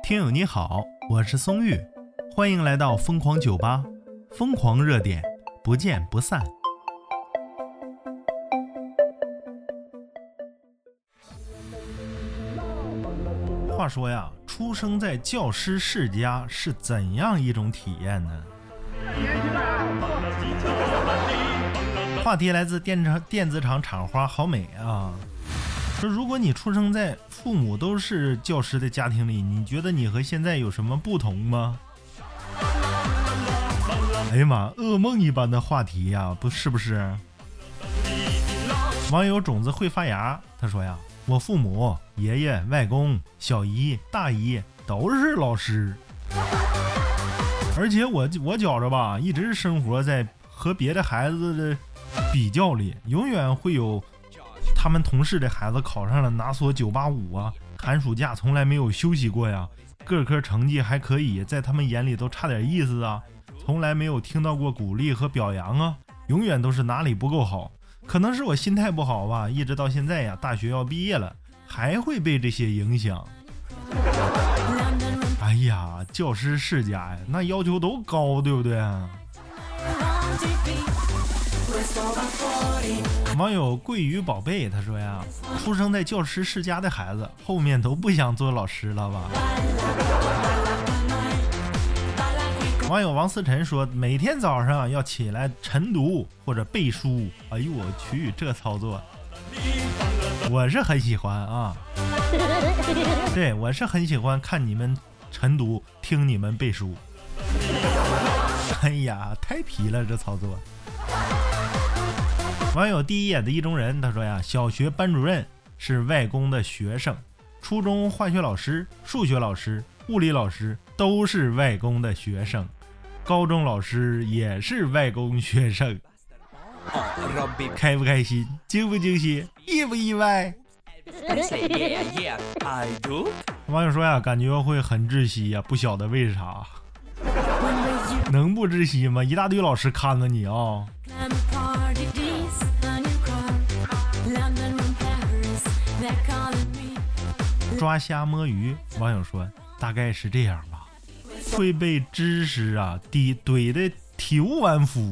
听友你好，我是松玉，欢迎来到疯狂酒吧，疯狂热点，不见不散。话说呀，出生在教师世家是怎样一种体验呢？话题来自电子厂厂花好美啊，说如果你出生在父母都是教师的家庭里，你觉得你和现在有什么不同吗？哎呀妈，噩梦一般的话题呀，是不是？网友种子会发芽，他说呀，我父母、爷爷、外公、小姨、大姨都是老师，而且我觉着吧，一直生活在和别的孩子的比较里，永远会有他们同事的孩子考上了哪所985啊，寒暑假从来没有休息过呀，各科成绩还可以，在他们眼里都差点意思啊，从来没有听到过鼓励和表扬啊，永远都是哪里不够好。可能是我心态不好吧，一直到现在呀，大学要毕业了，还会被这些影响。哎呀，教师世家呀，那要求都高，对不对？网友桂鱼宝贝他说呀，出生在教师世家的孩子后面都不想做老师了吧。网友王思晨说，每天早上要起来晨读或者背书。哎呦我去，这操作我是很喜欢啊。对，我是很喜欢看你们晨读，听你们背书。哎呀，太皮了这操作。网友第一眼的意中人他说呀，小学班主任是外公的学生，初中化学老师、数学老师、物理老师都是外公的学生，高中老师也是外公学生。开不开心？惊不惊喜？意不意外？网友说呀，感觉会很窒息呀，不晓得为啥。能不窒息吗？一大堆老师看着你啊。抓虾摸鱼，网友说大概是这样吧，会被知识啊怼得体无完肤。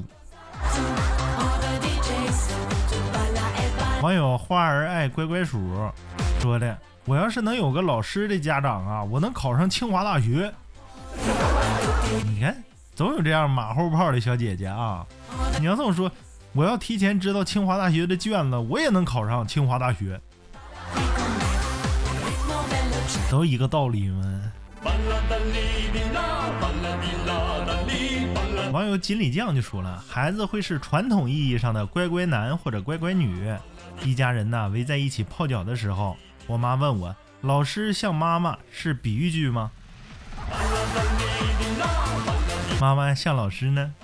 网友花儿爱乖乖鼠说的，我要是能有个老师的家长啊，我能考上清华大学。你看总有这样马后炮的小姐姐啊，你要这么说，我要提前知道清华大学的卷子，我也能考上清华大学，都一个道理吗？网友锦鲤酱就说了，孩子会是传统意义上的乖乖男或者乖乖女。一家人呢围在一起泡脚的时候，我妈问我，老师像妈妈是比喻句吗？妈妈像老师呢？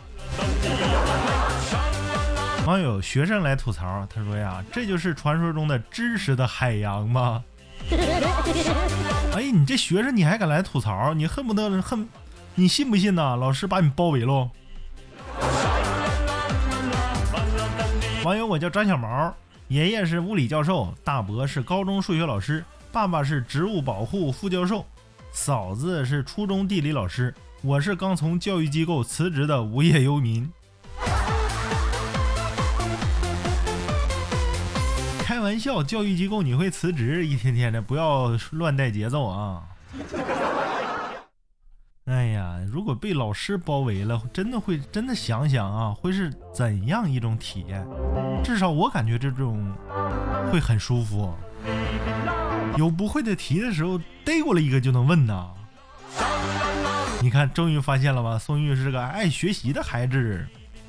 网友学生来吐槽，他说呀，这就是传说中的知识的海洋吗？哎，你这学生你还敢来吐槽，你恨不得你信不信呐？老师把你包围喽。网友我叫张小毛，爷爷是物理教授，大伯是高中数学老师，爸爸是植物保护副教授，嫂子是初中地理老师，我是刚从教育机构辞职的无业游民。开玩笑，教育机构你会辞职？一天天的，不要乱带节奏啊！哎呀，如果被老师包围了，真的想想啊，会是怎样一种体验？至少我感觉这种会很舒服。有不会的题的时候，逮过来一个就能问呐。你看，终于发现了吧？宋玉是个爱学习的孩子。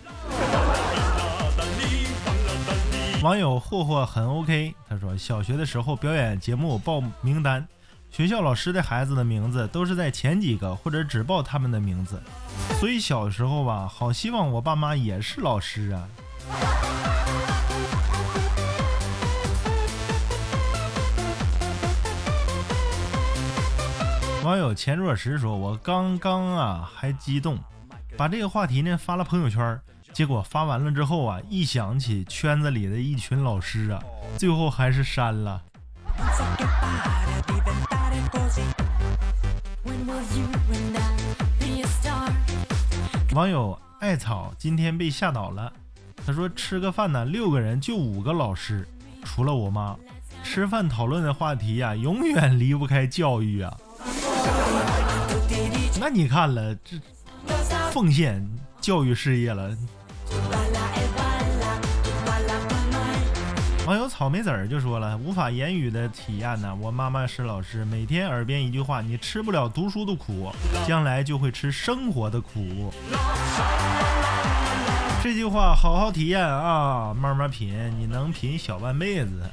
网友霍霍很 OK， 他说小学的时候表演节目报名单，学校老师的孩子的名字都是在前几个，或者只报他们的名字，所以小时候吧，好希望我爸妈也是老师啊。网友钱若石说，我刚刚啊还激动，把这个话题呢发了朋友圈，结果发完了之后啊，一想起圈子里的一群老师啊，最后还是删了。 网友艾草今天被吓倒了，他说吃个饭呢，6个人就5个老师，除了我妈。吃饭讨论的话题呀，永远离不开教育啊。那你看了，这奉献教育事业了。网友草莓籽儿就说了，无法言语的体验呢。我妈妈是老师，每天耳边一句话：你吃不了读书的苦，将来就会吃生活的苦。这句话好好体验啊，慢慢品，你能品小半辈子。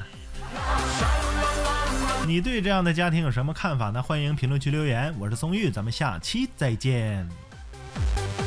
你对这样的家庭有什么看法呢？欢迎评论区留言。我是松玉，咱们下期再见。